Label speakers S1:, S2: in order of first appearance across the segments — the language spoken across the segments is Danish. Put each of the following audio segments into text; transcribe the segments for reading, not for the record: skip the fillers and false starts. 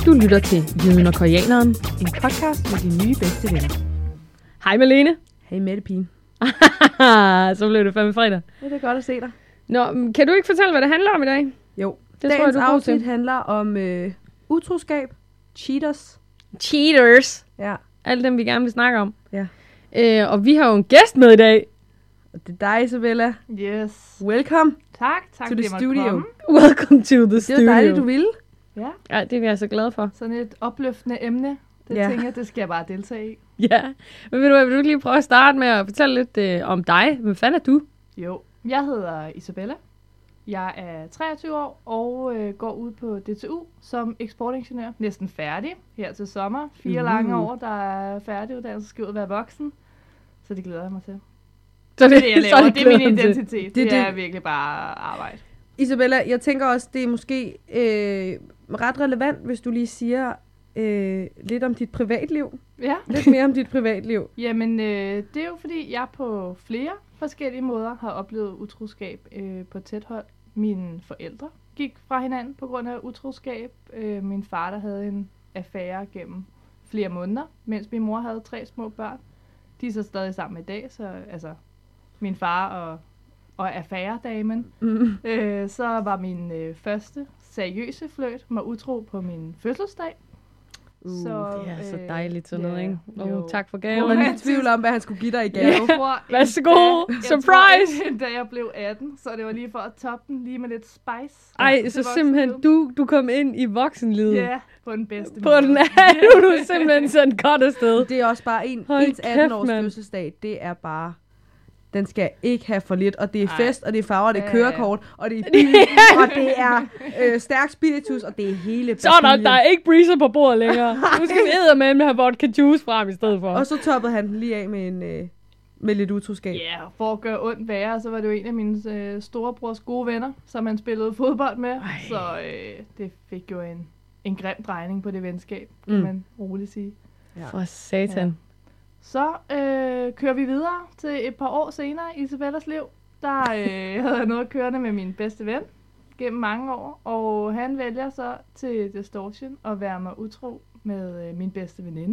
S1: Du lytter til Jyden og Koreaneren.
S2: En podcast med de nye bedste venner.
S1: Hej Malene.
S2: Hej Mette Pien.
S1: Så blev det fandme fredag.
S2: Ja, det er godt at se dig.
S1: Nå, kan du ikke fortælle, hvad det handler om i dag?
S2: Jo,
S1: Det
S2: dagens
S1: tror jeg, du er god
S2: afsnit
S1: til.
S2: handler om utroskab, cheaters.
S1: Cheaters.
S2: Ja,
S1: Alle dem, vi gerne vil snakke om.
S2: ja.
S1: Og vi har jo en gæst med i dag.
S2: Og det er dig, Isabella.
S3: Yes.
S2: Welcome
S3: Tak
S2: to
S3: fordi
S2: the
S3: jeg måtte
S2: studio.
S3: komme.
S1: Welcome to the
S2: Det
S1: studio.
S2: var dejligt, du ville.
S3: Ja,
S1: Ja, det er jeg så glad for.
S3: sådan et opløftende emne. Det
S2: Ja.
S3: tænker jeg, det skal jeg bare deltage i.
S1: Ja. Men ved du hvad, vil du ikke lige prøve at starte med at fortælle lidt om dig? Hvem fanden er du?
S3: Jo, jeg hedder Isabella. Jeg er 23 år og går ud på DTU som eksportingeniør. Næsten færdig her til sommer. 4 lange år, der er færdiguddannet, skal ud og være voksen. Så det glæder jeg mig til.
S1: Så
S3: Det er det, jeg
S1: så
S3: laver. Det er min
S1: glæder jeg til.
S3: identitet.
S2: Det er
S3: Det er
S2: det.
S3: virkelig bare arbejde.
S2: Isabella, jeg tænker også, det er måske ret relevant, hvis du lige siger lidt om dit privatliv.
S3: Ja.
S2: Lidt mere om dit privatliv.
S3: Jamen, det er jo fordi, jeg på flere forskellige måder har oplevet utroskab på tæt hold. Mine forældre gik fra hinanden på grund af utroskab. Min far, der havde en affære gennem flere måneder, mens min mor havde 3 små børn. De er så stadig sammen i dag, så altså min far og affæredamen. Så var min første seriøse flirt mig utro på min fødselsdag.
S1: Det er så dejligt sådan noget, ikke?
S3: jo.
S1: Tak for
S2: Jeg var
S1: gaven.
S2: lidt i tvivl om, hvad han skulle give dig i gave.
S3: Jeg tror,
S1: Værsgo.
S3: endda-
S1: Surprise.
S3: Jeg tror, da jeg blev 18, så det var lige for at toppe den lige med lidt spice.
S1: Ej,
S3: til
S1: så simpelthen,
S3: voksenlivet.
S1: du kom ind i voksenlivet.
S3: Ja, på den bedste
S1: På den er du simpelthen sendt godt afsted.
S2: Det er også bare
S1: Hold
S2: ens 18-års
S1: kæft, mand.
S2: fødselsdag. Det er bare... Den skal ikke have for lidt, og det er
S3: Ej.
S2: fest, og det er farver, det er
S3: Ja.
S2: kørekort, og det er bil, og det er stærk spiritus, og det er hele
S1: Så er
S2: basillen.
S1: der er ikke breezer på bordet længere. Nu skal vi eddermame have vodka juice frem i stedet for.
S2: Og så toppede han den lige af med med lidt utroskab.
S3: Ja, for at gøre ondt værre, så var det jo en af mine storebrors gode venner, som han spillede fodbold med.
S1: Ej.
S3: Så det fik jo en grim drejning på det venskab, kan man roligt sige.
S1: For satan.
S3: Så kører vi videre til et par år senere i Isabellas liv. Der havde jeg noget kørende med min bedste ven gennem mange år, og han vælger så til Distortion at være mig utro med min bedste veninde.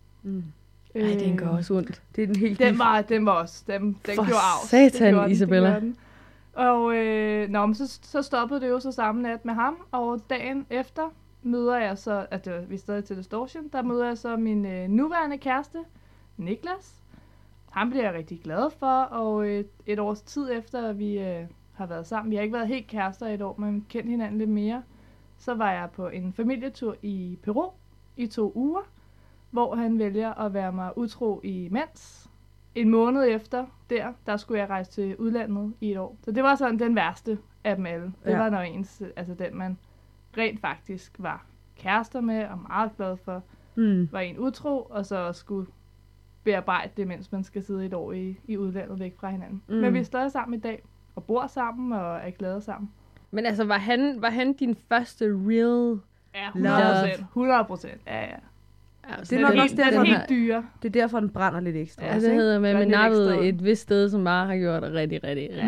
S1: Ej, den gør også ondt.
S2: Det er den helt
S3: Den var også, den
S1: For
S3: gjorde arv.
S1: satan, Isabella.
S3: Og men så stoppede det jo så samme nat med ham, og dagen efter møder jeg så, vi er stadig til Distortion, der møder jeg så min nuværende kæreste, Niklas. Han bliver jeg rigtig glad for, og et års tid efter, vi har været sammen, vi har ikke været helt kærester i et år, men kendt hinanden lidt mere, så var jeg på en familietur i Peru i 2 uger, hvor han vælger at være mig utro imens. En måned efter, der skulle jeg rejse til udlandet i et år. Så det var sådan den værste af dem alle. Det var nok den man rent faktisk var kærester med, og meget glad for, var en utro, og så skulle bearbejde det, mens man skal sidde et år i udlandet væk fra hinanden. Men vi er stadig sammen i dag, og bor sammen, og er glade sammen.
S1: Men altså, var han din første real...
S3: Ja, 100%. Ja.
S1: Altså,
S2: Det er nok
S3: helt,
S2: også derfor,
S3: den er
S2: den
S3: helt dyre.
S2: Det er derfor, den brænder lidt ekstra.
S3: Ja,
S2: også,
S1: det
S2: ikke?
S1: hedder med
S3: Gør lidt
S1: nappet
S3: ekstra
S1: et vist sted, som bare har gjort rigtig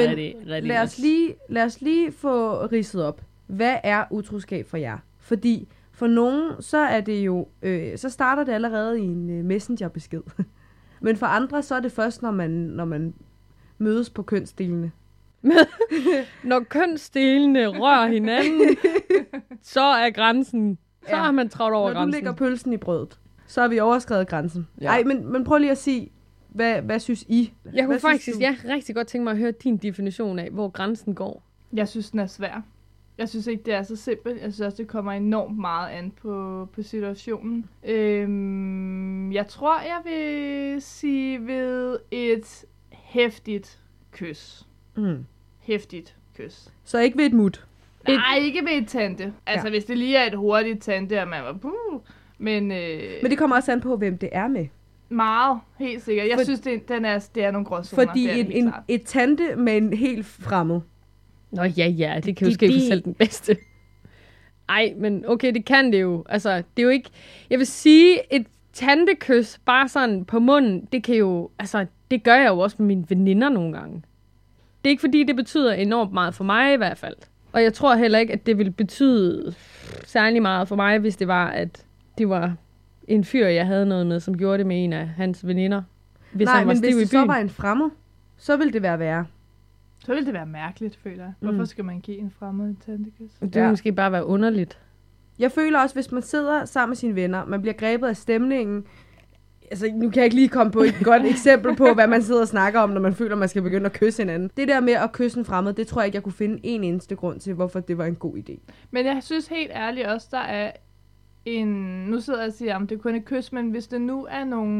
S2: Lad os lige få ridset op. Hvad er utroskab for jer? Fordi for nogen, så er det jo, så starter det allerede i en messengerbesked. Men for andre, så er det først, når man mødes på kønsdelene.
S1: Når kønsdelene rører hinanden, så er grænsen... Så
S2: Ja.
S1: har man trådt over
S2: Når du
S1: grænsen.
S2: lægger pølsen i brødet, så har vi overskredet grænsen.
S1: Ja.
S2: Nej, men prøv lige at sige, hvad synes I?
S1: Jeg kunne
S2: Hvad synes
S1: faktisk
S2: du?
S1: rigtig godt tænke mig at høre din definition af, hvor grænsen går.
S3: Jeg synes, den er svær. Jeg synes ikke, det er så simpelt. Jeg synes også, det kommer enormt meget an på situationen. Jeg tror, jeg vil sige ved et hæftigt kys. Hæftigt kys.
S2: Så ikke ved et mut.
S3: Nej, ikke ved et tante. Altså, hvis det lige er et hurtigt tante, og man var Men
S2: Men det kommer også an på, hvem det er med.
S3: meget, helt sikkert. Jeg synes, det er nogle gråzoner.
S2: Fordi
S3: det er det helt klart.
S2: et tante med en helt fremmed.
S1: Nå ja, det kan jo ske for selv den bedste. Ej, men okay, det kan det jo. Altså, det er jo ikke... Jeg vil sige, et tantekys bare sådan på munden, det kan jo... Altså, det gør jeg jo også med mine veninder nogle gange. Det er ikke fordi, det betyder enormt meget for mig i hvert fald. Og jeg tror heller ikke, at det ville betyde særlig meget for mig, hvis det var, at det var en fyr, jeg havde noget med, som gjorde det med en af hans veninder. Hvis han var
S2: men
S1: stiv
S2: hvis
S1: i
S2: det
S1: byen.
S2: så var en fremmed, så ville det være værre.
S3: Så ville det være mærkeligt, føler jeg. Hvorfor skal man give en fremmed en tandekys?
S1: Det ville måske bare være underligt.
S2: Jeg føler også, hvis man sidder sammen med sine venner, man bliver grebet af stemningen. Altså, nu kan jeg ikke lige komme på et godt eksempel på, hvad man sidder og snakker om, når man føler, man skal begynde at kysse hinanden. Det der med at kysse en fremmed, det tror jeg ikke, jeg kunne finde en eneste grund til, hvorfor det var en god idé.
S3: Men jeg synes helt ærligt også, der er en... Nu sidder jeg og siger, om det kun er kys, men hvis det nu er nogle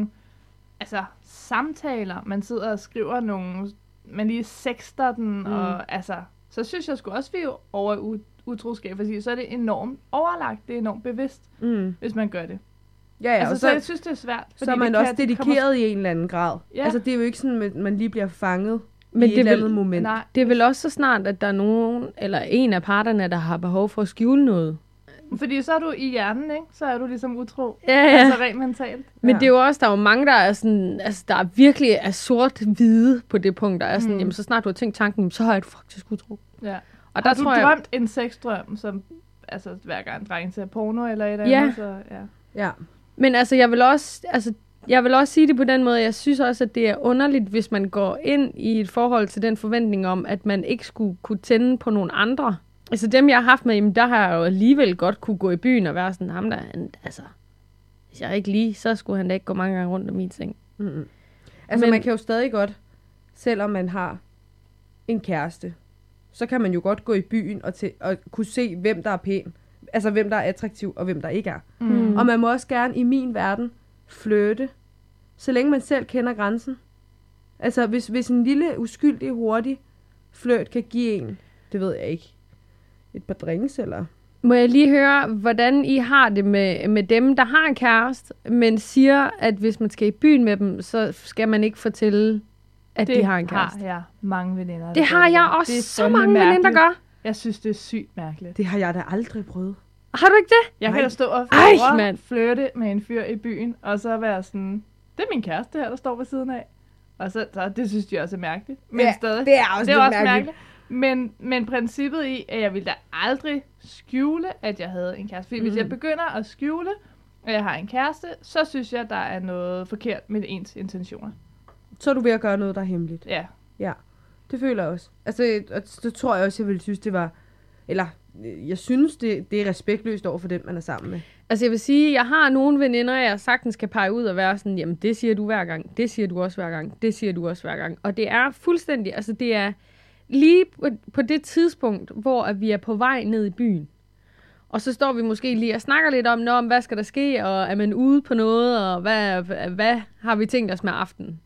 S3: samtaler, man sidder og skriver nogle... Man lige sexter den, og så synes jeg sgu også, vi er over utroskab, fordi så er det enormt overlagt, det er enormt bevidst, hvis man gør det.
S2: Ja,
S3: så jeg synes, det er svært.
S2: Så er man også dedikeret i en eller anden grad.
S3: Ja.
S2: Altså, det er jo ikke sådan, at man lige bliver fanget
S1: Men
S2: i et eller andet moment.
S3: Nej.
S1: Det er vel også så snart, at der er nogen, eller en af parterne, der har behov for at skjule noget.
S3: Fordi så er du i hjernen, ikke? Så er du ligesom utro.
S1: Ja.
S3: Altså rent mentalt.
S1: Men det er jo også, der er jo mange, der er sådan, altså der er virkelig er sort-hvide på det punkt, der er sådan, jamen så snart du har tænkt tanken, så er du faktisk utro.
S3: Ja.
S1: Og
S3: der har du drømt en sexdrøm, som hver gang en dreng ser porno eller et eller andet, så
S2: ja.
S1: Men altså, jeg vil også sige det på den måde, jeg synes også, at det er underligt, hvis man går ind i et forhold til den forventning om, at man ikke skulle kunne tænde på nogle andre. Altså dem, jeg har haft med, jamen, der har jeg jo alligevel godt kunne gå i byen og være sådan, ham der, hvis jeg ikke lige, så skulle han da ikke gå mange gange rundt om min seng.
S2: Mm-hmm. Altså man kan jo stadig godt, selvom man har en kæreste, så kan man jo godt gå i byen og kunne se, hvem der er pæn. Altså hvem der er attraktiv, og hvem der ikke er. Og man må også gerne i min verden flirte, så længe man selv kender grænsen. Altså hvis en lille, uskyldig, hurtig flirt kan give en, det ved jeg ikke, et par drinks eller...
S1: Må jeg lige høre, hvordan I har det med dem, der har en kæreste, men siger, at hvis man skal i byen med dem, så skal man ikke fortælle, at de har en kæreste?
S3: Det har jeg mange veninder.
S1: Det har jeg også så mange veninder, der gør.
S3: Jeg synes, det er sygt mærkeligt.
S2: Det har jeg da aldrig prøvet.
S1: Har du ikke det?
S3: Jeg kan da stå og flirte med en fyr i byen, og så være sådan, det er min kæreste her, der står ved siden af. Og så det synes de også er mærkeligt. Men stadig,
S2: det er også mærkeligt.
S3: Men princippet i, at jeg ville da aldrig skjule, at jeg havde en kæreste. Fordi hvis jeg begynder at skjule, at jeg har en kæreste, så synes jeg, der er noget forkert med ens intentioner.
S2: Så er du ved at gøre noget, der er hemmeligt.
S3: Ja.
S2: Ja, det føler jeg også. Altså, så tror jeg også, jeg ville synes, det var... Eller, jeg synes, det er respektløst over for dem, man er sammen med.
S1: Altså, jeg vil sige, jeg har nogle veninder, jeg sagtens kan pege ud og være sådan, jamen, det siger du hver gang, det siger du også hver gang, det siger du også hver gang. Og det er fuldstændig, altså det er lige på det tidspunkt, hvor vi er på vej ned i byen. Og så står vi måske lige og snakker lidt om hvad skal der ske, og er man ude på noget, og hvad har vi tænkt os med aftenen.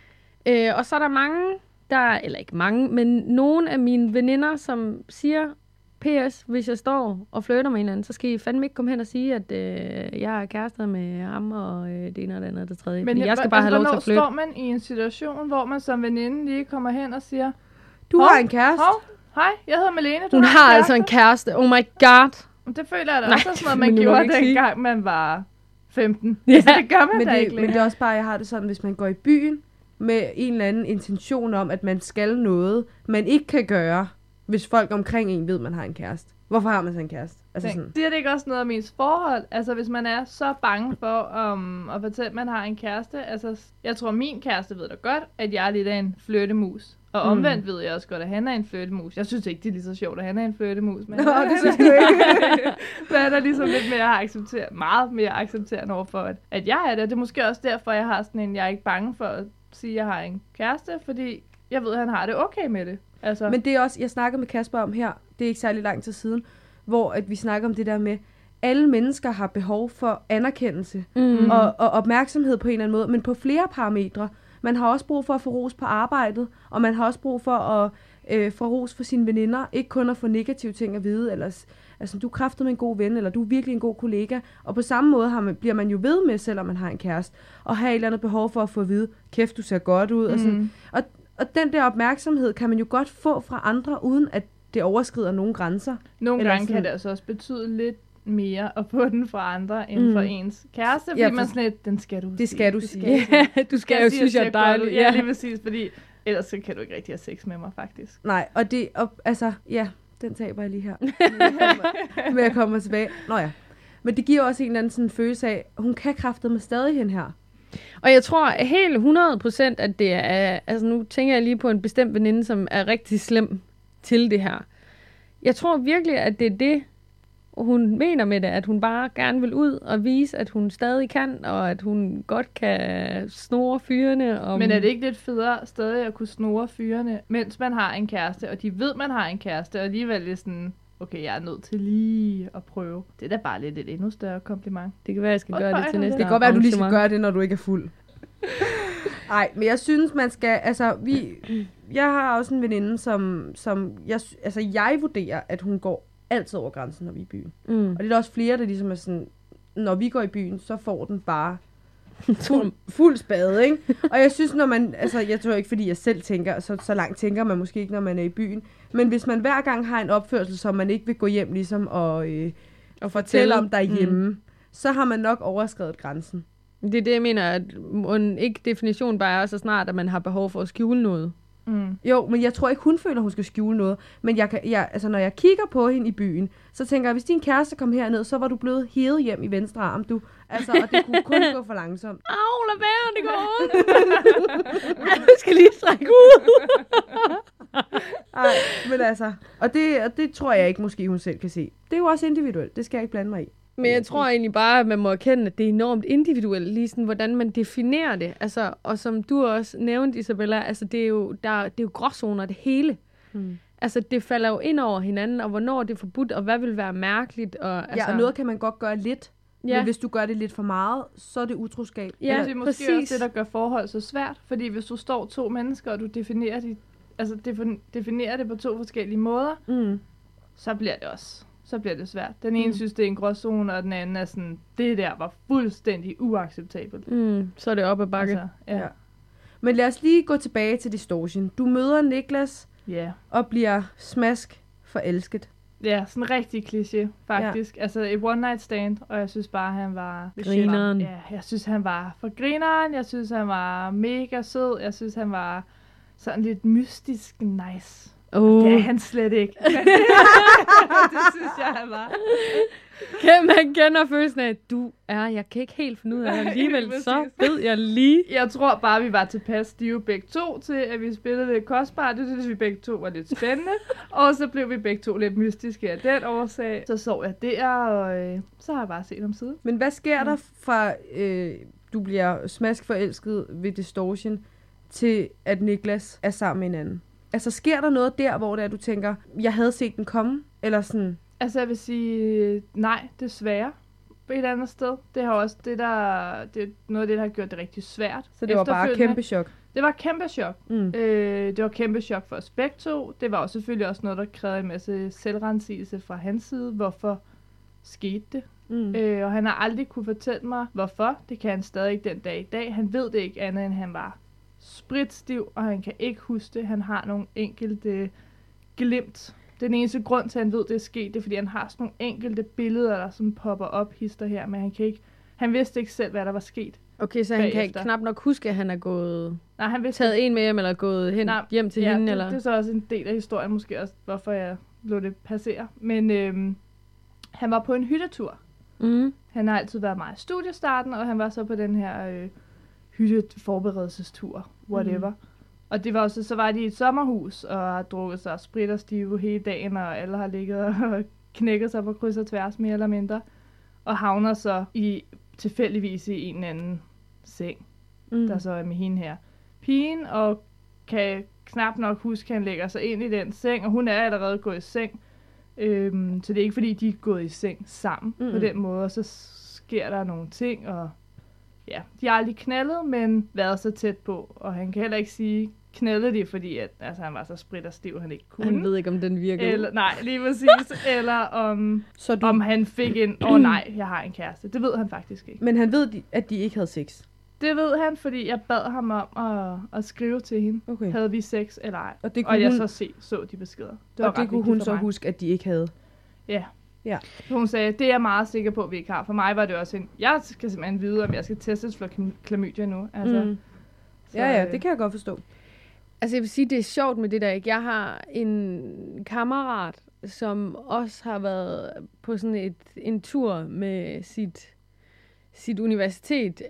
S1: Og så er der mange, eller ikke mange, men nogle af mine veninder, som siger, PS, hvis jeg står og flirter med hinanden, så skal I fandme ikke komme hen og sige, at jeg er kærester med ham, og det ene og det andet og det tredje. Men jeg skal bare have lov til at flirte.
S3: Står man i en situation, hvor man som veninde lige kommer hen og siger,
S2: du har en kæreste?
S3: Hej, jeg hedder Malene,
S1: Hun har altså en kæreste. Oh my god.
S3: Det føler jeg da også sådan noget, man gjorde dengang, man var 15. Ja. Altså, det gør man da ikke længere.
S2: Men det er også bare, jeg har det sådan, hvis man går i byen med en eller anden intention om, at man skal noget, man ikke kan gøre, hvis folk omkring en ved, man har en kæreste. Hvorfor har man så en kæreste? Altså sådan.
S3: Siger det ikke også noget om ens forhold? Altså, hvis man er så bange for at fortælle, at man har en kæreste. Altså, jeg tror, min kæreste ved da godt, at jeg er lidt af en flirtemus. Og omvendt ved jeg også godt, at han er en flirtemus. Jeg synes ikke, det er lige så sjovt, at han er en flirtemus. Men
S2: det synes du ikke.
S3: Så er der ligesom lidt mere meget mere accepterende overfor, at jeg er det. Det er måske også derfor, jeg har sådan en, jeg er ikke bange for at sige, at jeg har en kæreste, fordi jeg ved, at han har det okay med det. Altså.
S2: Men det er også, jeg snakkede med Kasper om her, det er ikke særlig lang tid siden, hvor at vi snakker om det der med, alle mennesker har behov for anerkendelse og opmærksomhed på en eller anden måde, men på flere parametre. Man har også brug for at få ros på arbejdet, og man har også brug for at få ros for sine veninder, ikke kun at få negative ting at vide, eller altså, du er kraftedeme en god ven, eller du er virkelig en god kollega, og på samme måde bliver man jo ved med, selvom man har en kæreste, og have et eller andet behov for at få at vide, kæft, du ser godt ud, og sådan. Og den der opmærksomhed kan man jo godt få fra andre, uden at det overskrider nogen grænser.
S3: Nogle gange kan det altså også betyde lidt mere at få den fra andre, end for ens kæreste, fordi man sådan lidt, den skal du sige.
S2: Det skal du sige.
S1: Ja, du skal jo synes, jeg er dejlig.
S3: Ja, lige præcis, fordi ellers så kan du ikke rigtig have sex med mig, faktisk.
S2: Nej, og Den taber jeg lige her. Men jeg kommer tilbage. Nå ja. Men det giver også en eller anden sådan følelse af, at hun kan kraftedeme stadig hende her.
S1: Og jeg tror helt 100%, at det er... Altså nu tænker jeg lige på en bestemt veninde, som er rigtig slem til det her. Jeg tror virkelig, at det er det, hun mener med det, at hun bare gerne vil ud og vise, at hun stadig kan, og at hun godt kan snore fyrene.
S3: Men er det ikke lidt federe stadig at kunne snore fyrene, mens man har en kæreste, og de ved, man har en kæreste, og alligevel er sådan, okay, jeg er nødt til lige at prøve. Det er da bare lidt et endnu større kompliment.
S1: Det kan være, jeg skal gøre det til næste.
S2: Det kan godt være, at du lige skal gøre det, når du ikke er fuld. Nej, men jeg synes, man skal, altså, jeg har også en veninde, som jeg vurderer, at hun går altid over grænsen, når vi er i byen. Og det er der også flere, der ligesom er sådan, når vi går i byen, så får den bare fuld spade, ikke? Og jeg synes, når man, altså, jeg tror ikke, fordi jeg selv tænker, så langt tænker man måske ikke, når man er i byen, men hvis man hver gang har en opførsel, som man ikke vil gå hjem ligesom og fortælle om derhjemme, så har man nok overskredet grænsen.
S1: Det er det, jeg mener, at ikke definition bare er så snart, at man har behov for at skjule noget.
S2: Jo, men jeg tror ikke, hun føler, hun skal skjule noget. Men altså, når jeg kigger på hende i byen, så tænker jeg, hvis din kæreste kom herned, så var du blevet hævet hjem i venstre arm. Altså, og det kunne kun gå for langsomt.
S1: Au, lad være, det går ondt. Jeg skal lige strække ud.
S2: Ej, men altså, og det tror jeg ikke, måske hun selv kan se. Det er jo også individuelt, det skal jeg ikke blande mig i.
S1: Men jeg tror egentlig bare, at man må erkende, at det er enormt individuelt, lige sådan, hvordan man definerer det. Altså, og som du også nævnte, Isabella, altså, det er jo gråzoner, det hele. Altså, det falder jo ind over hinanden, og hvornår det er forbudt, og hvad vil være mærkeligt. Og, altså...
S2: Ja, og noget kan man godt gøre lidt, men hvis du gør det lidt for meget, så er det utroskab.
S3: Ja, det er måske også det, der gør forhold så svært, fordi hvis du står to mennesker, og du definerer det på to forskellige måder, så bliver det svært. Den ene synes, det er en gråzone, og den anden er sådan, det der var fuldstændig uacceptabelt.
S1: Så er det op ad bakke.
S3: Altså, ja.
S2: Men lad os lige gå tilbage til Distortion. Du møder Niklas og bliver smask forelsket.
S3: Ja, sådan en rigtig kliché, faktisk. Ja. Altså et one night stand, og jeg synes bare, han var...
S1: Grineren.
S3: Ja, jeg synes, han var for grineren. Jeg synes, han var mega sød. Jeg synes, han var sådan lidt mystisk nice. Det er han slet ikke. Det synes jeg, han var.
S1: Man kender følelsen af, at jeg kan ikke helt finde ud af det alligevel, så ved jeg lige.
S3: Jeg tror bare, vi var tilpas stive begge to til, at vi spillede lidt kostbart. Det synes vi begge to var lidt spændende. Og så blev vi begge to lidt mystiske af den årsag. Så sov jeg der, og så har jeg bare set ham side.
S2: Men hvad sker der fra, du bliver smask forelsket ved Distortion, til at Niklas er sammen med hinanden? Altså, sker der noget der, hvor det er, du tænker, jeg havde set den komme? Eller sådan...
S3: Altså, jeg vil sige, nej, desværre. På et andet sted. Det har også det er noget af det, der har gjort det rigtig svært.
S2: Så det var bare kæmpe chok?
S3: Det var kæmpe chok. Det var kæmpe chok for os begge to. Det var også selvfølgelig også noget, der krævede en masse selvrensagelse fra hans side. Hvorfor skete det? Og han har aldrig kunne fortælle mig, hvorfor. Det kan han stadig ikke den dag i dag. Han ved det ikke andet, end han var spritstiv, og han kan ikke huske det. Han har nogle enkelte glimt. Den eneste grund til, at han ved, det er sket, det er, fordi han har sådan nogle enkelte billeder, der som popper op hister her, men han vidste ikke selv, hvad der var sket.
S1: Okay, så han kan ikke knap nok huske, at han er gået...
S3: Nej, han vidste
S1: taget en med hjem, eller gået hjem til hende, eller...
S3: det er så også en del af historien, måske også, hvorfor jeg lod det passere. Men han var på en hyttetur. Han har altid været meget i studiestarten, og han var så på den her hytteforberedelsestur, whatever. Og det var også, så var de i et sommerhus, og har drukket sig sprit og stive hele dagen, og alle har ligget og knækket sig på kryds og tværs, mere eller mindre. Og havner så tilfældigvis i en anden seng, der så er med hende her. Pigen, og kan knap nok huske, at han lægger sig ind i den seng, og hun er allerede gået i seng. Så det er ikke, fordi de er gået i seng sammen på den måde, og så sker der nogle ting, og ja, de har aldrig knaldet, men været så tæt på, og han kan heller ikke sige, knaldede de, fordi at, altså, han var så sprit og stiv, han ikke kunne.
S1: Han ved ikke, om den virkede.
S3: Eller, nej, lige præcis. Eller om han fik en, nej, jeg har en kæreste. Det ved han faktisk ikke.
S2: Men han ved, at de ikke havde sex?
S3: Det ved han, fordi jeg bad ham om at skrive til hende. Okay. Havde vi sex eller ej? Og jeg så de beskeder.
S2: Det kunne hun så huske, at de ikke havde?
S3: Ja. Hun sagde, det er jeg meget sikker på, at vi ikke har. For mig var det også jeg skal simpelthen vide, om jeg skal testes for klamydia nu. Altså,
S2: så, det kan jeg godt forstå.
S1: Altså jeg vil sige, det er sjovt med det der, ikke? Jeg har en kammerat, som også har været på sådan en tur med sit universitet.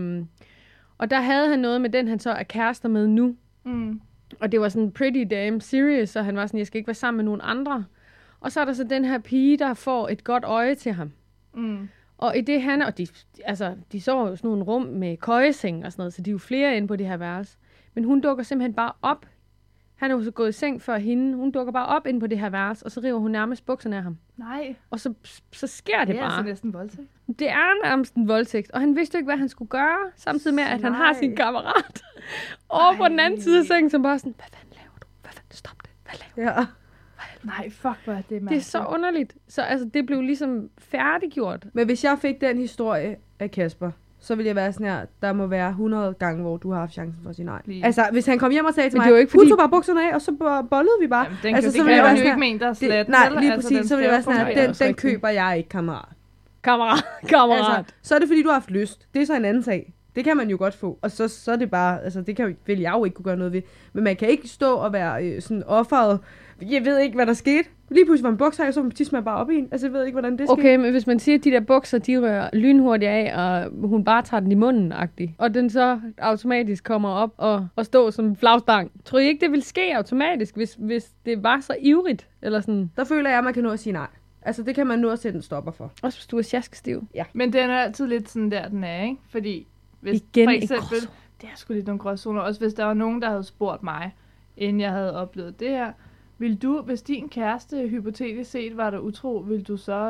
S1: Og der havde han noget med den, han så er kærester med nu.
S3: Mm.
S1: Og det var sådan pretty damn serious, så han var sådan, jeg skal ikke være sammen med nogen andre. Og så er der så den her pige, der får et godt øje til ham.
S3: Mm.
S1: Og i det han, og de sover jo sådan nogle rum med køjeseng og sådan noget, så de er jo flere inde på det her værelse. Men hun dukker simpelthen bare op. Han er jo så gået i seng før hende. Hun dukker bare op inde på det her værelse, og så river hun nærmest bukserne af ham.
S3: Nej.
S1: Og så sker det
S3: Det er
S1: bare.
S3: altså næsten voldtægt.
S1: Det er nærmest en voldtægt, og han vidste jo ikke, hvad han skulle gøre, samtidig med, at han har sin kammerat over på den anden side af sengen, som bare sådan, hvad fanden laver du? Hvad fanden, stop det. Hvad laver du?
S2: Ja.
S3: Nej, fuck, hvor er det mærkeligt.
S1: Det er så underligt. Så altså, det blev ligesom færdiggjort.
S2: Men hvis jeg fik den historie af Kasper, så ville jeg være sådan her, der må være 100 gange, hvor du har haft chancen for at sige nej.
S3: Lige.
S2: Altså, hvis han kom hjem og sagde til
S1: Men
S2: mig,
S1: det var ikke
S2: hun
S1: fordi-
S2: tog bare bukserne af, og så bollede vi bare.
S3: Jamen, den
S2: altså,
S3: kan,
S2: så
S3: det
S2: ville jeg
S3: kan
S2: være
S3: jo
S2: sådan
S3: ikke
S2: her,
S3: mene, der er
S2: det,
S3: slet.
S2: nej, lige præcis, så ville jeg være sådan her,
S1: fungere.
S2: den køber jeg ikke, kammerat.
S1: Kammerat.
S2: Altså, så er det fordi, du har haft lyst. Det er så en anden sag. Det kan man jo godt få. Og så er det bare, altså det vil jeg jo ikke kunne gøre noget ved. Men man kan ikke stå og være sådan offeret. Jeg ved ikke, hvad der skete. Lige pludselig var en bukser, og så tisser man bare op i en. Altså jeg ved ikke, hvordan det skete.
S1: Okay, men hvis man siger, at de der bukser, de rører lynhurtigt af, og hun bare tager den i munden-agtigt, og den så automatisk kommer op og står som en flagstang. Tror I ikke, det ville ske automatisk, hvis det var så ivrigt? Eller sådan?
S2: Der føler jeg, at man kan nå at sige nej. Altså det kan man nå at sætte en stopper for.
S1: Også hvis du er sjaskestiv.
S3: Men den er altid lidt sådan der, den er, ikke? Fordi hvis
S1: Igen
S3: for
S1: en
S3: eksempel,
S1: gråzone.
S3: det er sgu lidt nogle gråzoner. Også hvis der var nogen, der havde spurgt mig, inden jeg havde oplevet det her. Vil du, hvis din kæreste hypotetisk set var der utro, vil du så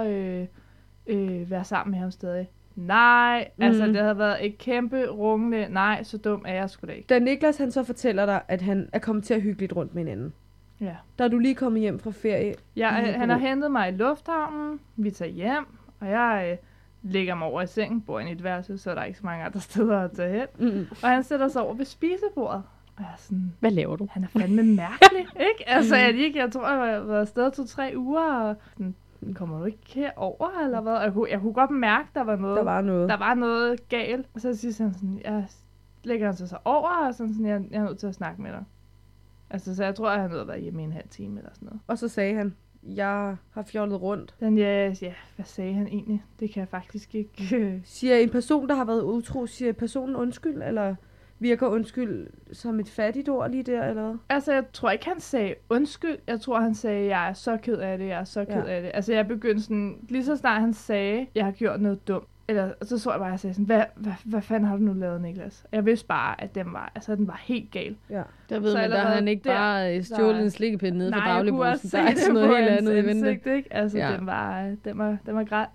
S3: være sammen med ham stadig? Nej, altså det havde været et kæmpe rungende, nej, så dum er jeg sgu da ikke.
S2: Da Niklas han så fortæller dig, at han er kommet til at hygge lidt rundt med hinanden.
S3: Ja.
S2: Der er du lige kommet hjem fra ferie.
S3: Han har hentet mig i lufthavnen, vi tager hjem, og jeg lægger mig over i sengen, bor i et værelse, så er der ikke så mange andre steder at tage hen.
S2: Mm.
S3: Og han sætter sig over ved spisebordet. Og jeg er sådan,
S1: Hvad laver du?
S3: han er fandme mærkelig, ikke? Altså, jeg tror, jeg har været afsted 2-3 uger, og sådan, kommer du ikke herover, eller hvad? Og jeg kunne godt mærke, der var noget. Der var noget galt. Og så siger han sådan, jeg lægger han så over, og sådan, jeg er nødt til at snakke med dig. Altså, så jeg tror, jeg har nødt at være hjemme i en halv time, eller sådan noget.
S2: Og så sagde han, jeg har fjollet rundt.
S3: Den, ja, hvad sagde han egentlig? Det kan jeg faktisk ikke.
S2: Siger en person, der har været utro, siger personen undskyld, eller virker undskyld som et fattigt ord lige der, eller hvad?
S3: Altså, jeg tror ikke, han sagde undskyld. Jeg tror, han sagde, jeg er så ked af det, jeg er så ked af det. Altså, jeg begyndte sådan, lige så snart han sagde, jeg har gjort noget dumt. Eller så tror jeg bare, at jeg sagde sådan, hvad fanden har du nu lavet, Niklas? Jeg vidste bare, at den var helt gal.
S2: Ja.
S1: Der ved
S3: Så
S1: man, der har han ikke
S3: der-
S1: bare stjålet en slikkepind nede fra
S3: Nej, jeg kunne også
S1: dagligbrugsen.
S3: se
S1: Der er
S3: det
S1: sådan noget
S3: på
S1: helt
S3: hans
S1: andet i vente.
S3: ansigt, ikke? Altså,
S1: Ja.
S3: den var græd.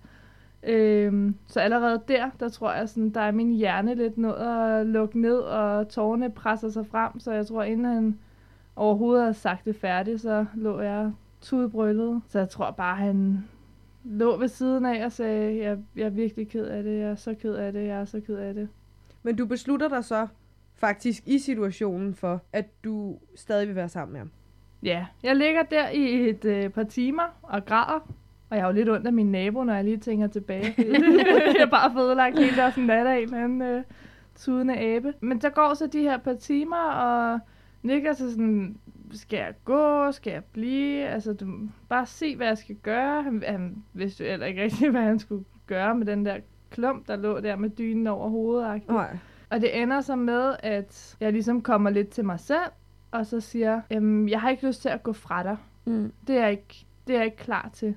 S3: Så allerede der tror jeg, sådan, der er min hjerne lidt nået at lukke ned, og tårerne presser sig frem. Så jeg tror, inden han overhovedet havde sagt det færdigt, så lå jeg tudbrøllet. Så jeg tror bare, han lå ved siden af og sagde, jeg er virkelig ked af det, jeg er så ked af det, jeg er så ked af det.
S2: Men du beslutter dig så faktisk i situationen for, at du stadig vil være sammen med ham.
S3: Ja, jeg ligger der i et par timer og græder. Og jeg har jo lidt ondt af min nabo, når jeg lige tænker tilbage. Jeg har bare fået lagt hele deres nat af med en tudende abe. Men der går så de her par timer, og Niklas er sådan, skal jeg gå, skal jeg blive? Altså, du bare se, hvad jeg skal gøre. Han vidste jo heller ikke rigtig, hvad han skulle gøre med den der klump, der lå der med dynen over hovedet.
S2: Nej.
S3: Og det ender så med, at jeg ligesom kommer lidt til mig selv, og så siger, jeg har ikke lyst til at gå fra dig.
S1: Mm.
S3: Det er jeg ikke klar til.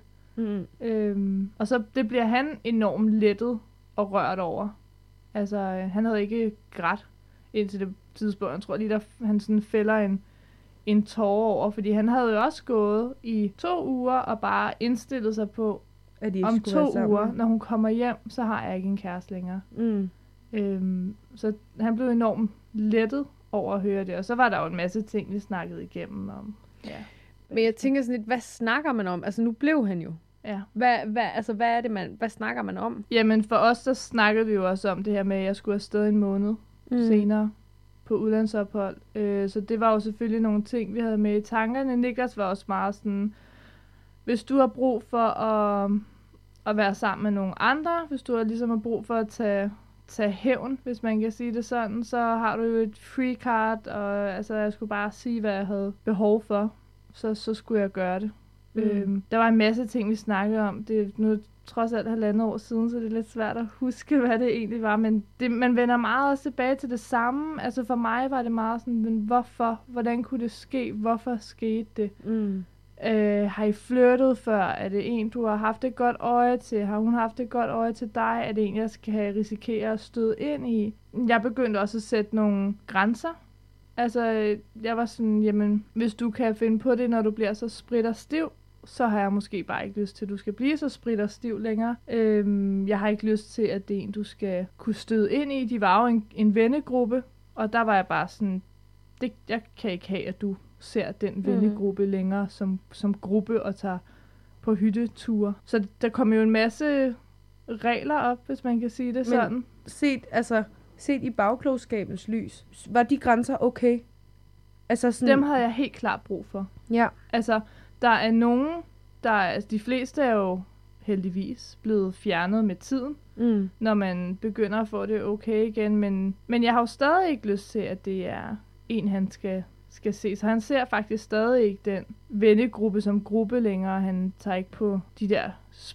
S2: Mm.
S3: Og så det bliver han enormt lettet og rørt over. Altså, han havde ikke grædt indtil det tidspunkt. Jeg tror lige, der han sådan fælder en tårer over, fordi han havde jo også gået i 2 uger og bare indstillet sig på,
S2: At de ikke
S3: om
S2: skulle
S3: 2
S2: være sammen.
S3: uger, når hun kommer hjem, så har jeg ikke en kæreste længere. Så han blev enormt lettet over at høre det. Og så var der jo en masse ting, vi snakkede igennem om. Ja.
S1: Men jeg tænker sådan lidt, hvad snakker man om? Altså, nu blev han jo.
S3: Ja.
S1: Hvad er det, hvad snakker man om?
S3: Jamen for os, så snakkede vi jo også om det her med, at jeg skulle afsted en måned senere på udlandsophold. Så det var jo selvfølgelig nogle ting, vi havde med i tankerne. Niklas var også meget sådan, hvis du har brug for at være sammen med nogle andre, hvis du ligesom har brug for at tage hævn, hvis man kan sige det sådan, så har du jo et free card, og altså, jeg skulle bare sige, hvad jeg havde behov for. Så skulle jeg gøre det. Der var en masse ting, vi snakkede om. Det er nu trods alt 1,5 år siden, så det er lidt svært at huske, hvad det egentlig var. Men man vender meget også tilbage til det samme. Altså for mig var det meget sådan, men hvorfor? Hvordan kunne det ske? Hvorfor skete det? Har I flirtet før? Er det en, du har haft et godt øje til? Har hun haft et godt øje til dig? Er det en, jeg skal risikere at støde ind i? Jeg begyndte også at sætte nogle grænser. Altså, jeg var sådan, jamen, hvis du kan finde på det, når du bliver så sprit og stiv, så har jeg måske bare ikke lyst til, at du skal blive så sprit og stiv længere. Jeg har ikke lyst til, at det er en, du skal kunne støde ind i. De var jo en vennegruppe, og der var jeg bare sådan, jeg kan ikke have, at du ser den vennegruppe længere som gruppe og tager på hytteture. Så der kom jo en masse regler op, hvis man kan sige det sådan.
S2: Set i bagklogskabens lys, var de grænser okay? Altså sådan...
S3: Dem havde jeg helt klart brug for.
S2: Ja.
S3: Altså, der er nogen, de fleste er jo heldigvis blevet fjernet med tiden, når man begynder at få det okay igen, men jeg har jo stadig ikke lyst til, at det er en, han skal se. Så han ser faktisk stadig ikke den vennegruppe som gruppe længere. Han tager ikke på de der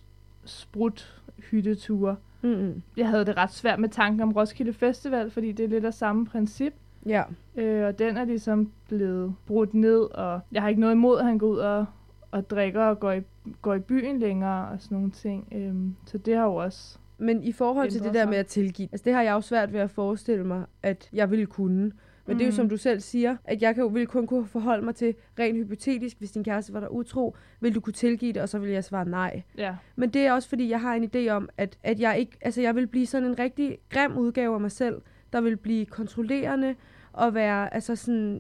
S3: sprut-hytteture. Jeg havde det ret svært med tanken om Roskilde Festival, fordi det er lidt af samme princip.
S2: Ja.
S3: Og den er ligesom blevet brudt ned, og jeg har ikke noget imod, at han går ud og drikker og går i byen længere og sådan nogle ting. Så det har jo også...
S2: Men i forhold til det der med at tilgive, altså det har jeg jo svært ved at forestille mig, at jeg ville kunne. Men det er jo som du selv siger, at jeg ville kun kunne forholde mig til rent hypotetisk, hvis din kæreste var der utro, vil du kunne tilgive det, og så vil jeg svare nej.
S3: Ja.
S2: Men det er også fordi, jeg har en idé om, at jeg ikke, altså jeg vil blive sådan en rigtig grim udgave af mig selv, der vil blive kontrollerende og være, altså sådan,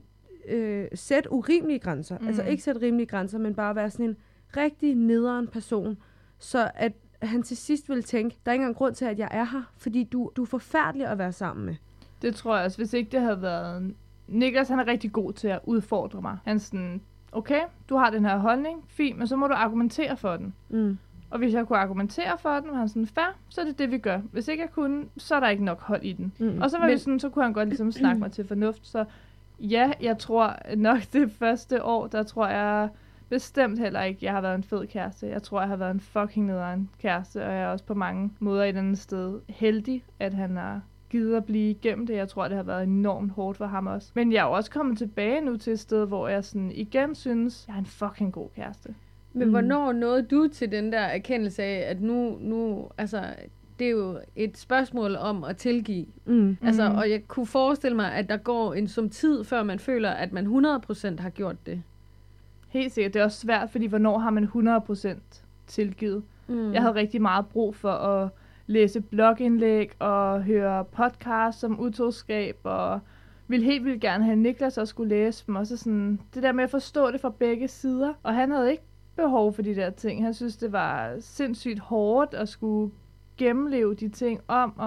S2: sætte urimelige grænser. Altså ikke sætte rimelige grænser, men bare være sådan en rigtig nederen person, så at han til sidst vil tænke, der er ikke engang grund til, at jeg er her, fordi du er forfærdelig at være sammen med.
S3: Det tror jeg også. Hvis ikke det havde været... Niklas, han er rigtig god til at udfordre mig. Han er sådan, okay, du har den her holdning, fint, men så må du argumentere for den. Og hvis jeg kunne argumentere for den, var han sådan, fair, så er det, vi gør. Hvis ikke jeg kunne, så er der ikke nok hold i den. Og så var vi sådan, så kunne han godt ligesom snakke mig til fornuft. Så ja, jeg tror nok det første år, der tror jeg bestemt heller ikke, jeg har været en fed kæreste. Jeg tror, jeg har været en fucking nederen kæreste, og jeg er også på mange måder i den sted heldig, at han har givet at blive igennem det. Jeg tror, det har været enormt hårdt for ham også. Men jeg er også kommet tilbage nu til et sted, hvor jeg sådan igen synes, jeg er en fucking god kæreste.
S1: Men hvornår nåede du til den der erkendelse af, at nu altså, det er jo et spørgsmål om at tilgive. Altså, og jeg kunne forestille mig, at der går en som tid, før man føler, at man 100% har gjort det.
S3: Helt sikkert. Det er også svært, fordi hvornår har man 100% tilgivet? Jeg havde rigtig meget brug for at læse blogindlæg og høre podcasts om utroskab, og ville helt vildt gerne have Niklas også skulle læse dem. Også sådan, det der med at forstå det fra begge sider. Og han havde ikke behov for de der ting. Han synes, det var sindssygt hårdt at skulle gennemleve de ting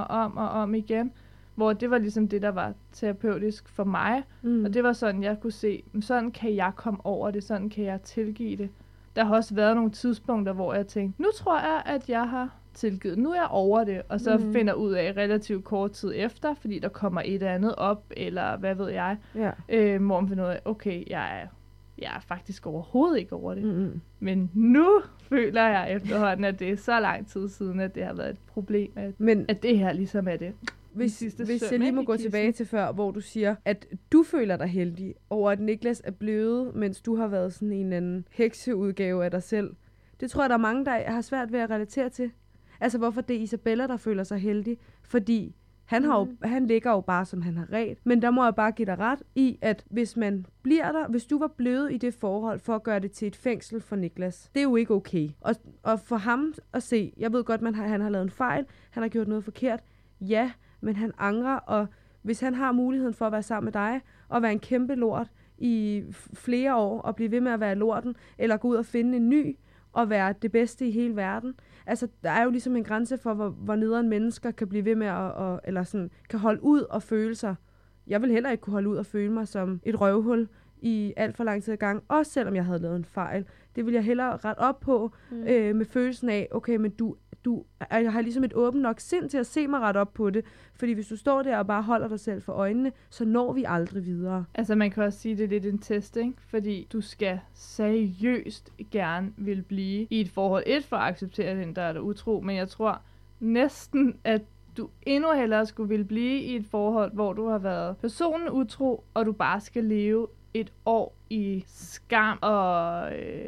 S3: om igen. Hvor det var ligesom det, der var terapeutisk for mig. Og det var sådan, jeg kunne se, sådan kan jeg komme over det, sådan kan jeg tilgive det. Der har også været nogle tidspunkter, hvor jeg tænkte, nu tror jeg, at jeg har tilgivet. Nu er jeg over det, og så finder ud af relativt kort tid efter, fordi der kommer et eller andet op, eller hvad ved jeg, hvor man finder ud af, okay, jeg er faktisk overhovedet ikke over det. Men nu føler jeg efterhånden, at det er så lang tid siden, at det har været et problem, at det her ligesom er det.
S2: Hvis jeg lige må gå tilbage til før, hvor du siger, at du føler dig heldig over, at Niklas er blevet, mens du har været sådan en eller anden hekseudgave af dig selv. Det tror jeg, der er mange, der har svært ved at relatere til. Altså, hvorfor det er Isabella, der føler sig heldig? Fordi han ligger jo bare, som han har ret. Men der må jeg bare give dig ret i, at hvis man bliver der, hvis du var blevet i det forhold for at gøre det til et fængsel for Niklas, det er jo ikke okay. Og for ham at se, jeg ved godt, han har lavet en fejl, han har gjort noget forkert, ja, men han angrer, og hvis han har muligheden for at være sammen med dig, og være en kæmpe lort i flere år, og blive ved med at være lorten, eller gå ud og finde en ny, og være det bedste i hele verden. Altså, der er jo ligesom en grænse for, hvor nederen mennesker kan blive ved med eller sådan, kan holde ud og føle sig. Jeg vil heller ikke kunne holde ud og føle mig som et røvhul i alt for lang tid ad gang, også selvom jeg havde lavet en fejl. Det vil jeg hellere rette op på, med følelsen af, okay, men jeg har ligesom et åbent nok sind til at se mig ret op på det. Fordi hvis du står der og bare holder dig selv for øjnene, så når vi aldrig videre.
S3: Altså man kan også sige, at det er lidt en test, ikke? Fordi du skal seriøst gerne vil blive i et forhold. For at acceptere den, der er der utro. Men jeg tror næsten, at du endnu hellere skulle ville blive i et forhold, hvor du har været personen utro, og du bare skal leve et år i skam og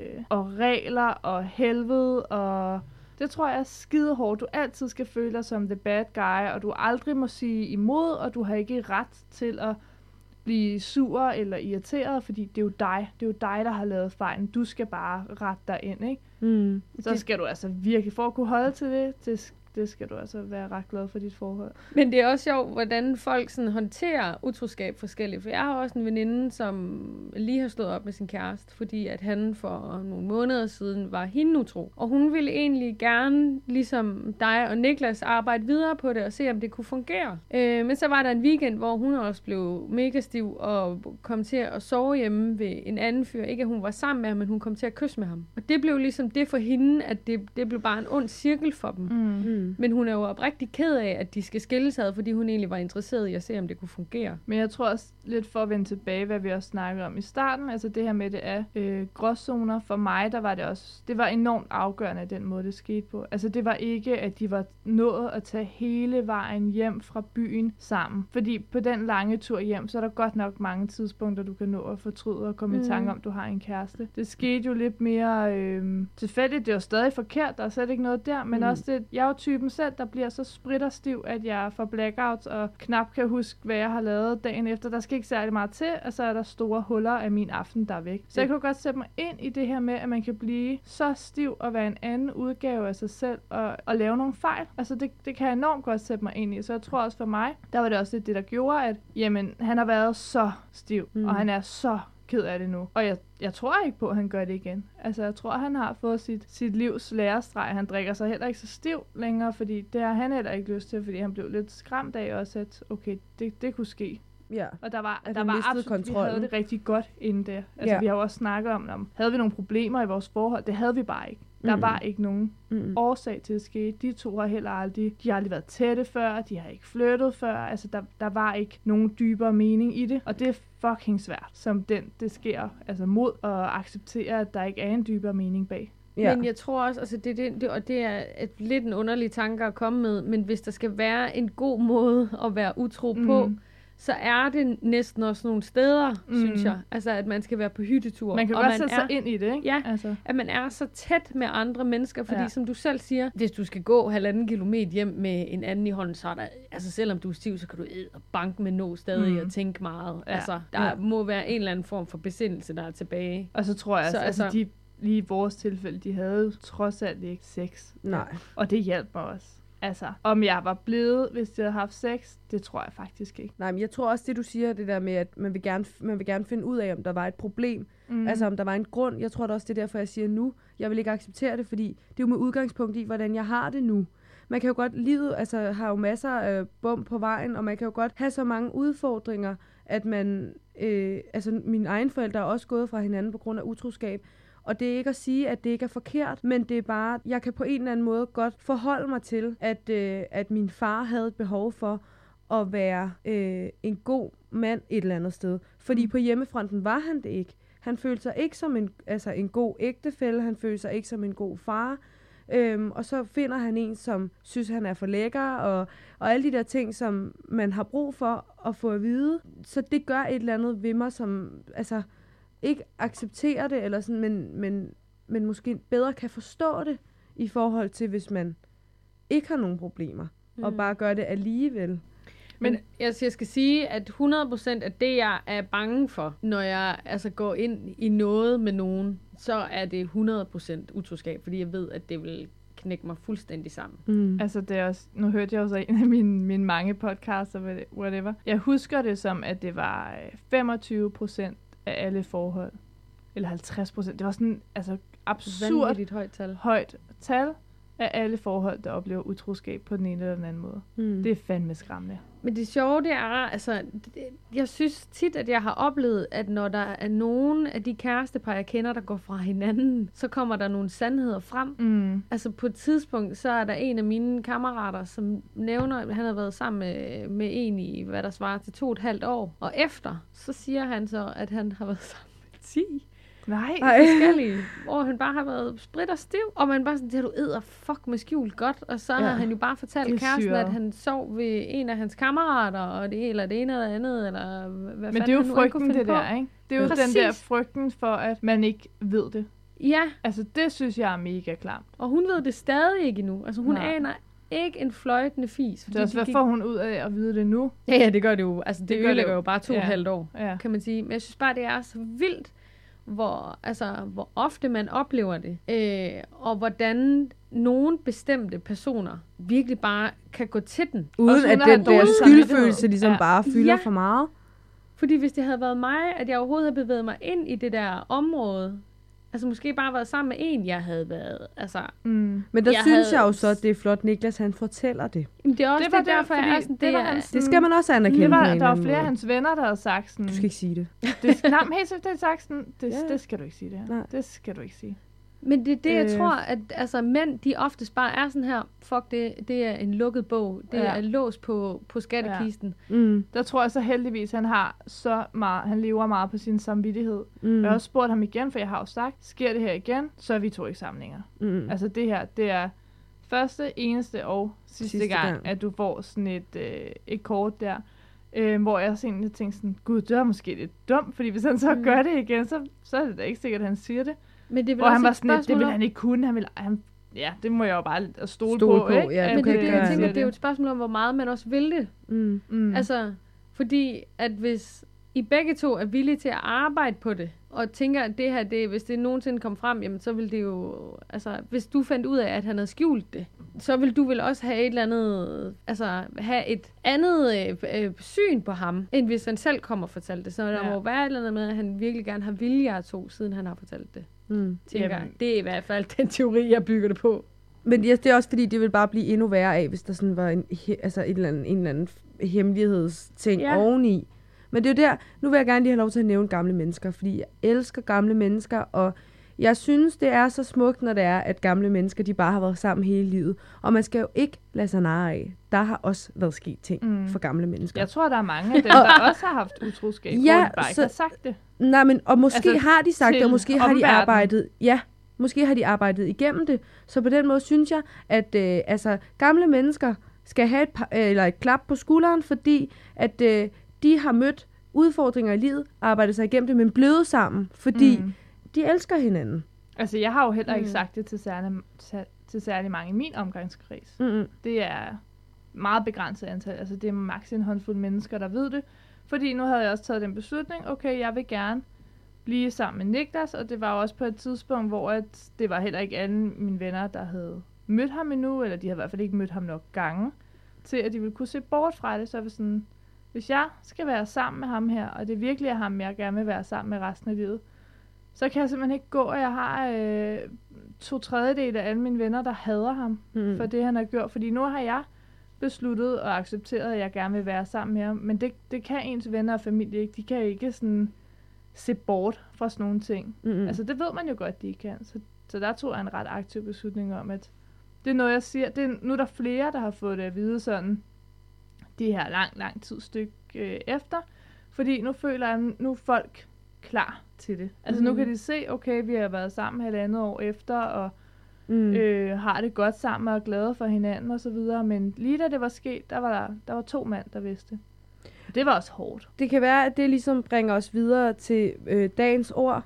S3: regler og helvede og... Det tror jeg er skide hårdt. Du altid skal føle dig som the bad guy, og du aldrig må sige imod, og du har ikke ret til at blive sur eller irriteret, fordi det er jo dig. Det er jo dig, der har lavet fejlen. Du skal bare rette dig ind, ikke? Så skal du altså virkelig, for at kunne holde til det skal du altså være ret glad for dit forhold.
S1: Men det er også sjovt, hvordan folk sådan håndterer utroskab forskelligt. For jeg har også en veninde, som lige har slået op med sin kæreste, fordi at han for nogle måneder siden var hende utro. Og hun ville egentlig gerne, ligesom dig og Niklas, arbejde videre på det og se, om det kunne fungere. Men så var der en weekend, hvor hun også blev mega stiv og kom til at sove hjemme ved en anden fyr. Ikke at hun var sammen med ham, men hun kom til at kysse med ham. Og det blev ligesom det for hende, at det blev bare en ond cirkel for dem. Men hun er jo oprigtig ked af, at de skal skilles ad, fordi hun egentlig var interesseret i at se, om det kunne fungere.
S3: Men jeg tror også lidt for at vende tilbage, hvad vi også snakkede om i starten, altså det her med det er gråzoner. For mig, der var det også, det var enormt afgørende, den måde, det skete på. Altså det var ikke, at de var nået at tage hele vejen hjem fra byen sammen. Fordi på den lange tur hjem, så er der godt nok mange tidspunkter, du kan nå at fortryde og komme i tanke om, at du har en kæreste. Det skete jo lidt mere tilfældigt. Det var stadig forkert, der er slet ikke noget der, men også det, jeg er jo typen selv, der bliver så spritterstiv, at jeg får blackouts og knap kan huske, hvad jeg har lavet dagen efter. Der skal ikke særlig meget til, og så er der store huller af min aften, der er væk. Så jeg kunne godt sætte mig ind i det her med, at man kan blive så stiv og være en anden udgave af sig selv og lave nogle fejl. Altså det kan jeg enormt godt sætte mig ind i. Så jeg tror også for mig, der var det også det, der gjorde, at jamen, han har været så stiv, og han er så ked af det nu. Og jeg tror ikke på, at han gør det igen. Altså, jeg tror, han har fået sit livs lærestreg. Han drikker sig heller ikke så stiv længere, fordi det har han heller ikke lyst til, fordi han blev lidt skræmt af også, at okay, det kunne ske.
S2: Ja.
S3: Og der var absolut, kontrollen. Vi havde det rigtig godt inden der. Altså, vi har jo også snakket om, havde vi nogle problemer i vores forhold? Det havde vi bare ikke. Der var ikke nogen årsag til at ske. De to har heller aldrig, de har aldrig været tætte før, de har ikke flyttet før. Altså, der var ikke nogen dybere mening i det. Og det er fucking svært, som det sker, altså mod at acceptere, at der ikke er en dybere mening bag.
S1: Ja. Men jeg tror også, altså det er lidt en underlig tanke at komme med, men hvis der skal være en god måde at være utro på, så er det næsten også nogle steder, synes jeg. Altså, at man skal være på hyttetur.
S3: Man kan godt sætte sig ind i det, ikke?
S1: Ja, altså. At man er så tæt med andre mennesker, fordi som du selv siger, hvis du skal gå 1,5 kilometer hjem med en anden i hånden, så er der, altså selvom du er stiv, så kan du banke med nå stadig og tænke meget. Ja. Altså, der må være en eller anden form for besindelse, der er tilbage.
S3: Og så tror jeg, altså de lige i vores tilfælde, de havde trods alt ikke sex.
S2: Nej.
S3: Og det hjalp mig også. Altså, om jeg var blevet, hvis jeg havde haft sex, det tror jeg faktisk ikke.
S2: Nej, men jeg tror også, det du siger, det der med, at man vil gerne finde ud af, om der var et problem. Altså, om der var en grund. Jeg tror da også, det er derfor, jeg siger nu. Jeg vil ikke acceptere det, fordi det er jo med udgangspunkt i, hvordan jeg har det nu. Man kan jo godt, livet altså, har jo masser af bump på vejen, og man kan jo godt have så mange udfordringer, at man, altså mine egne forældre er også gået fra hinanden på grund af utroskab. Og det er ikke at sige, at det ikke er forkert, men det er bare, jeg kan på en eller anden måde godt forholde mig til, at min far havde et behov for at være en god mand et eller andet sted. Fordi på hjemmefronten var han det ikke. Han følte sig ikke som en god ægtefælle, han følte sig ikke som en god far. Og så finder han en, som synes, han er for lækker, og alle de der ting, som man har brug for at få at vide. Så det gør et eller andet ved mig, som altså ikke accepterer det, eller sådan, men måske bedre kan forstå det, i forhold til, hvis man ikke har nogen problemer, og bare gør det alligevel.
S1: Men jeg skal sige, at 100% af det, jeg er bange for, når jeg altså går ind i noget med nogen, så er det 100% utroskab, fordi jeg ved, at det vil knække mig fuldstændig sammen.
S3: Altså det er også, nu hørte jeg jo så en af mine mange podcasts, og whatever. Jeg husker det som, at det var 25% af alle forhold. Eller 50%. Det var sådan, altså absurd
S1: højt tal.
S3: Højt tal. af alle forhold, der oplever utroskab på den ene eller den anden måde. Det er fandme skræmmende.
S1: Men det sjove, det er, altså, jeg synes tit, at jeg har oplevet, at når der er nogen af de kærestepar, jeg kender, der går fra hinanden, så kommer der nogle sandheder frem. Altså på et tidspunkt, så er der en af mine kammerater, som nævner, at han har været sammen med en i, hvad der svarer til 2,5 år. Og efter, så siger han så, at han har været sammen med 10.
S3: Nej.
S1: Forskellige, hvor han bare har været sprit og stiv, og man bare sådan, det har du æder fuck med skjult godt, og så har han jo bare fortalt kæresten, at han sov ved en af hans kammerater, og det eller det ene eller andet, eller hvad.
S3: Men det er jo frygten, det der, ikke? Det er jo den der frygten for, at man ikke ved det.
S1: Ja.
S3: Altså, det synes jeg er mega klamt.
S1: Og hun ved det stadig ikke endnu. Altså, hun aner ikke en fløjtende fis.
S3: Det er også, hvad får hun ud af at vide det nu?
S1: Ja, det gør det jo. Altså, det ødelægger jo bare 2,5 år, kan man sige. Men jeg synes bare, det er så vildt, hvor ofte man oplever det, og hvordan nogle bestemte personer virkelig bare kan gå til den.
S2: Uden at den der skyldfølelse ligesom bare fylder for meget.
S1: Fordi hvis det havde været mig, at jeg overhovedet havde bevæget mig ind i det der område, altså måske bare været sammen med en, jeg havde været, altså...
S2: Men der synes jeg jo så, at det er flot, Niklas, han fortæller det.
S1: Men det er også det derfor, jeg er sådan...
S2: Det skal man også anerkende.
S3: Der var flere af hans venner, der havde sagt sådan...
S2: Du skal ikke sige det.
S3: Nej, men helt sikkert, det sagt sådan... Det skal du ikke sige, det her. Nej. Det skal du ikke sige.
S1: Men det er det, jeg tror, at altså, mænd, de oftest bare er sådan her, fuck det er en lukket bog, det er lås på skattekisten.
S3: Der tror jeg så heldigvis, han har så meget, han lever meget på sin samvittighed. Jeg har også spurgt ham igen, for jeg har jo sagt, sker det her igen, så er vi to ikke sammen længere. Altså det her, det er første, eneste og sidste gang, at du får sådan et kort der, hvor jeg egentlig tænkte sådan, gud, det er måske lidt dumt, fordi hvis han så gør det igen, så er det da ikke sikkert, at han siger det. Men det og han var sådan, det ville han ikke kunne. Ja, det må jeg jo bare stole på, ikke?
S1: Ja, men det jeg tænker, det er jo et spørgsmål om, hvor meget man også vil det. Altså, fordi at hvis I begge to er villige til at arbejde på det, og tænker, at det her, hvis det nogensinde kom frem, jamen så vil det jo, altså, hvis du fandt ud af, at han havde skjult det, så vil du vel også have et eller andet, altså, have et andet syn på ham, end hvis han selv kommer og fortæller det. Så der må være et eller andet med, at han virkelig gerne har vilje at to, siden han har fortalt det. Tænker, det er i hvert fald den teori, jeg bygger det på.
S2: Men det er også fordi, det vil bare blive endnu værre af, hvis der sådan var en eller anden hemmelighedsting oveni. Men det er jo der, nu vil jeg gerne lige have lov til at nævne gamle mennesker, fordi jeg elsker gamle mennesker, og jeg synes, det er så smukt, når det er, at gamle mennesker, de bare har været sammen hele livet. Og man skal jo ikke lade sig narre af. Der har også været sket ting for gamle mennesker.
S3: Jeg tror, der er mange af dem, der også har haft utroskab, hvor de bare ikke har sagt det.
S2: Nej, men og måske har de sagt det, og måske har de arbejdet... Ja, måske har de arbejdet igennem det. Så på den måde synes jeg, at gamle mennesker skal have et klap på skulderen, fordi at de har mødt udfordringer i livet, arbejdet sig igennem det, men blevet sammen, fordi de elsker hinanden.
S3: Altså, jeg har jo heller ikke sagt det til særlig mange i min omgangskreds. Det er meget begrænset antal. Altså, det er maks en håndfuld mennesker, der ved det. Fordi nu havde jeg også taget den beslutning, okay, jeg vil gerne blive sammen med Niklas, og det var jo også på et tidspunkt, hvor det var heller ikke alle mine venner, der havde mødt ham endnu, eller de havde i hvert fald ikke mødt ham nok gange, til at de ville kunne se bort fra det. Så var sådan, hvis jeg skal være sammen med ham her, og det virkelig er ham, jeg gerne vil være sammen med resten af livet, så kan jeg simpelthen ikke gå, og jeg har 2/3 af alle mine venner, der hader ham for det, han har gjort. Fordi nu har jeg besluttet og accepteret, at jeg gerne vil være sammen med ham. Men det kan ens venner og familie ikke. De kan ikke sådan se bort fra sådan nogle ting. Altså, det ved man jo godt, de ikke kan. Så der tog jeg en ret aktiv beslutning om, at det er noget, jeg siger. Nu er der flere, der har fået det at vide sådan, de her lang tid stykke efter. Fordi nu føler jeg, nu er folk klar til det. Altså nu kan de se, okay, vi har været sammen 1,5 år efter, og har det godt sammen og er glade for hinanden og så videre. Men lige da det var sket, der var 2 mænd, der vidste. Det var også hårdt.
S2: Det kan være, at det ligesom bringer os videre til dagens ord,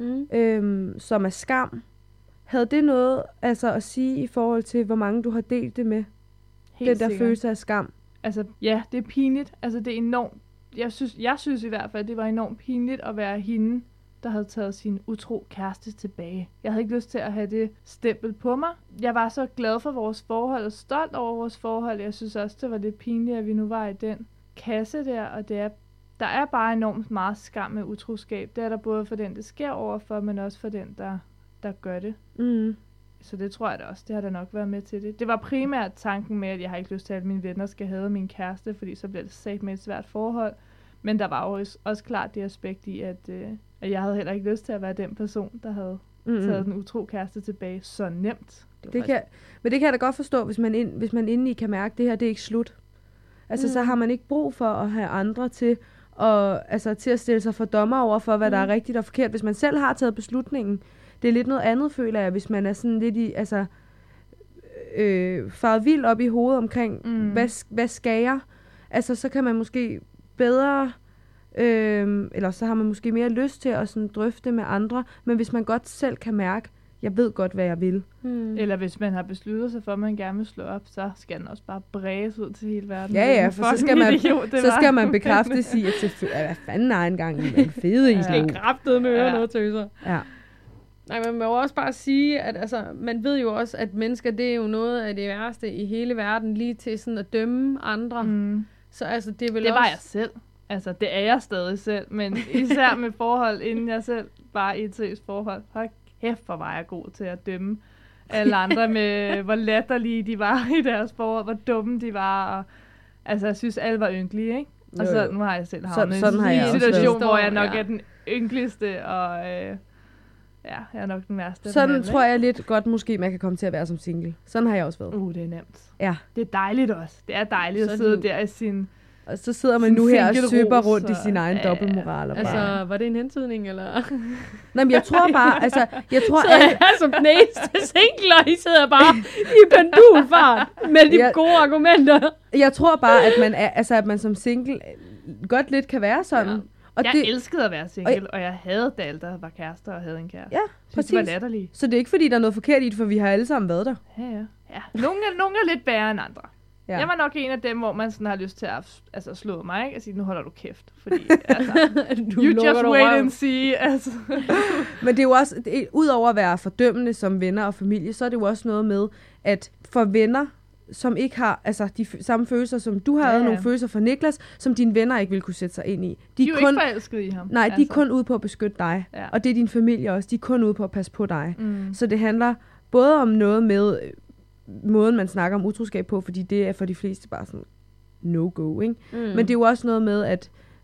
S2: som er skam. Havde det noget altså at sige i forhold til, hvor mange du har delt det med?
S3: Helt
S2: den der
S3: sikkert.
S2: følelse af skam.
S3: Altså, ja, det er pinligt. Altså, det er enormt. Jeg synes i hvert fald, det var enormt pinligt at være hende, der havde taget sin utro kæreste tilbage. Jeg havde ikke lyst til at have det stempel på mig. Jeg var så glad for vores forhold og stolt over vores forhold. Jeg synes også, det var lidt pinligt, at vi nu var i den kasse der, og der er bare enormt meget skam med utroskab. Det er der både for den, det sker overfor, men også for den, der gør det. Så det tror jeg da også. Det har da nok været med til det. Det var primært tanken med, at jeg har ikke lyst til, at mine venner skal have min kæreste, fordi så bliver det sat med et svært forhold. Men der var jo også klart det aspekt i, at jeg havde heller ikke lyst til at være den person, der havde taget den utro kæreste tilbage så nemt.
S2: Men det kan jeg da godt forstå, hvis man indeni kan mærke, at det her det er ikke slut. Altså, så har man ikke brug for at have andre til at stille sig for dommer over for, hvad der er rigtigt og forkert. Hvis man selv har taget beslutningen, det er lidt noget andet, føler jeg, hvis man er sådan lidt i, faret vildt op i hovedet omkring, hvad skal jeg? Altså, så kan man måske bedre, eller så har man måske mere lyst til at sådan drøfte med andre, men hvis man godt selv kan mærke, jeg ved godt, hvad jeg vil.
S3: Eller hvis man har besluttet sig for, at man gerne vil slå op, så skal den også bare bræges ud til hele verden.
S2: Ja, for så skal man bekræftes i, at hvad fanden er engang en fede is.
S1: Det er kraftet med noget tøser.
S2: Ja.
S1: Nej, man må jo også bare sige, at altså, man ved jo også, at mennesker, det er jo noget af det værste i hele verden, lige til sådan at dømme andre. Så altså, det var
S3: jeg selv. Altså, det er jeg stadig selv, men især med forhold, inden jeg selv var i et seriøst forhold. Hold kæft, hvor var jeg god til at dømme alle andre med, hvor latterlige de var i deres forhold, hvor dumme de var. Og, altså, jeg synes, alle var ynkelige, ikke? Og så nu har jeg selv havnet i en situation, hvor jeg nok er den ynkeligste, og jeg er nok den værste.
S2: Sådan tror jeg lidt godt, måske man kan komme til at være som single. Sådan har jeg også været.
S3: Det er nemt.
S2: Ja.
S3: Det er dejligt også. Det er dejligt at sidde der i sin...
S2: Og så sidder man nu her og søber rundt i sin egen dobbeltmoral.
S1: Altså, var det en hentydning, eller?
S2: Nej, men jeg tror bare,
S1: så jeg er som den eneste single, og I sidder bare i pendulfart med de gode argumenter.
S2: Jeg tror bare, at man som single godt lidt kan være sådan. Ja.
S3: Og jeg elskede at være single, og jeg havde da alle, der var kærester og havde en kæreste.
S2: Ja, præcis.
S3: Det var latterligt.
S2: Så det er ikke, fordi der er noget forkert i det, for vi har alle sammen været der.
S3: Ja. Nogle er lidt værre end andre. Ja. Jeg var nok en af dem, hvor man sådan har lyst til at slå mig, ikke? Og sige, nu holder du kæft. Fordi, you just wait and see. Altså.
S2: Men det er jo også, udover at være fordømmende som venner og familie, så er det jo også noget med, at for venner, som ikke har de samme følelser, som du har, nogle følelser for Niklas, som dine venner ikke vil kunne sætte sig ind i.
S3: De er jo ikke forelskede i ham.
S2: Nej, de er kun ude på at beskytte dig. Ja. Og det er din familie også. De er kun ude på at passe på dig. Så det handler både om noget med måden, man snakker om utroskab på, fordi det er for de fleste bare sådan no-go, ikke? Men det er jo også noget med,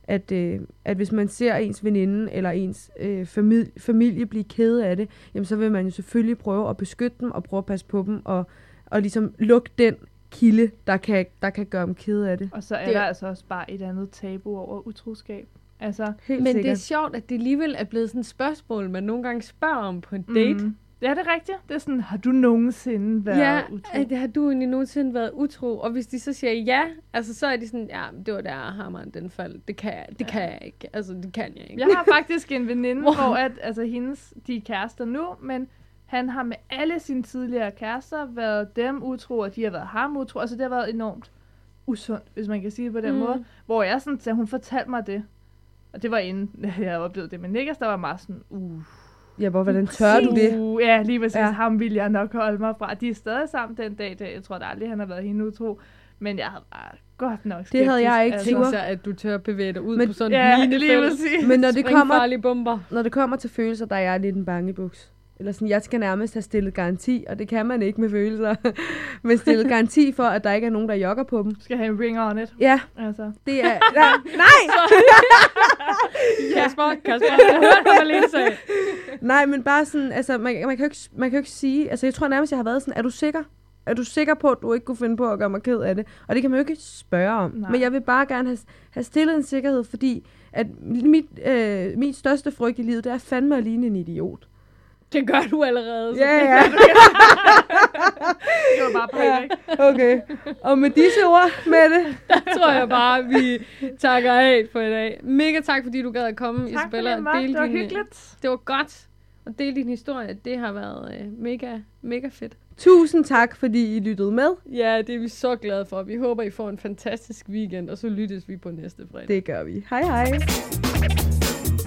S2: at hvis man ser ens veninde eller ens familie blive kede af det, jamen så vil man jo selvfølgelig prøve at beskytte dem og prøve at passe på dem og ligesom lukke den kilde, der kan gøre dem kede af det.
S3: Og så er der altså også bare et andet tabu over utroskab. Altså,
S1: men det er sjovt, at det alligevel er blevet sådan et spørgsmål, man nogle gange spørger om på en date.
S3: Ja, det er rigtigt. Det er sådan, har du nogensinde været utro?
S1: Ja, har du egentlig nogensinde været utro? Og hvis de så siger ja, altså så er de sådan, ja, det var der hammeren den faldt. Det kan jeg ikke. Altså, det kan jeg ikke.
S3: Jeg har faktisk en veninde, hvor de er kærester nu, men han har med alle sine tidligere kærester været dem utro, og de har været ham utro. Altså, det har været enormt usundt, hvis man kan sige det på den måde. Hvor jeg sådan, så hun fortalte mig det. Og det var inden jeg oplevede det med Niklas, der var meget sådan,
S2: Ja, hvordan tør du det?
S3: Ja, lige præcis. Ja. Ham ville jeg nok holde mig fra. De er stadig sammen den dag. Jeg tror da aldrig, han har været hende utro. Men jeg havde bare godt nok skeptisk.
S2: Det havde jeg ikke
S1: tænkt sig, at du tør bevæge dig ud på sådan en minefælde.
S2: Men når det kommer til følelser, der er jeg lidt en bangebuks. Eller sådan, jeg skal nærmest have stillet garanti, og det kan man ikke med følelser. Men stillet garanti for, at der ikke er nogen, der jogger på dem.
S3: Skal have en ring on it.
S2: Ja,
S3: altså.
S2: Det er... Nej!
S1: Kasper, jeg hørte, hvad Malene sagde.
S2: Nej, men bare sådan, altså, man kan jo ikke sige... Altså, jeg tror nærmest, jeg har været sådan, er du sikker? Er du sikker på, at du ikke kunne finde på at gøre mig ked af det? Og det kan man jo ikke spørge om. Nej. Men jeg vil bare gerne have stillet en sikkerhed, fordi at mit største frygt i livet, det er fandme at ligne en idiot.
S1: Det gør du allerede.
S2: Ja.
S3: Det var bare perfekt.
S2: Okay. Og med disse ord, Mette,
S1: der tror jeg bare, vi takker af for i dag. Mega tak, fordi du gad at komme,
S3: tak
S1: Isabella.
S3: Tak for det, det var hyggeligt.
S1: Det var godt at dele din historie. Det har været mega fedt.
S2: Tusind tak, fordi I lyttede med.
S1: Ja, det er vi så glade for. Vi håber, I får en fantastisk weekend, og så lyttes vi på næste fredag.
S2: Det gør vi. Hej hej.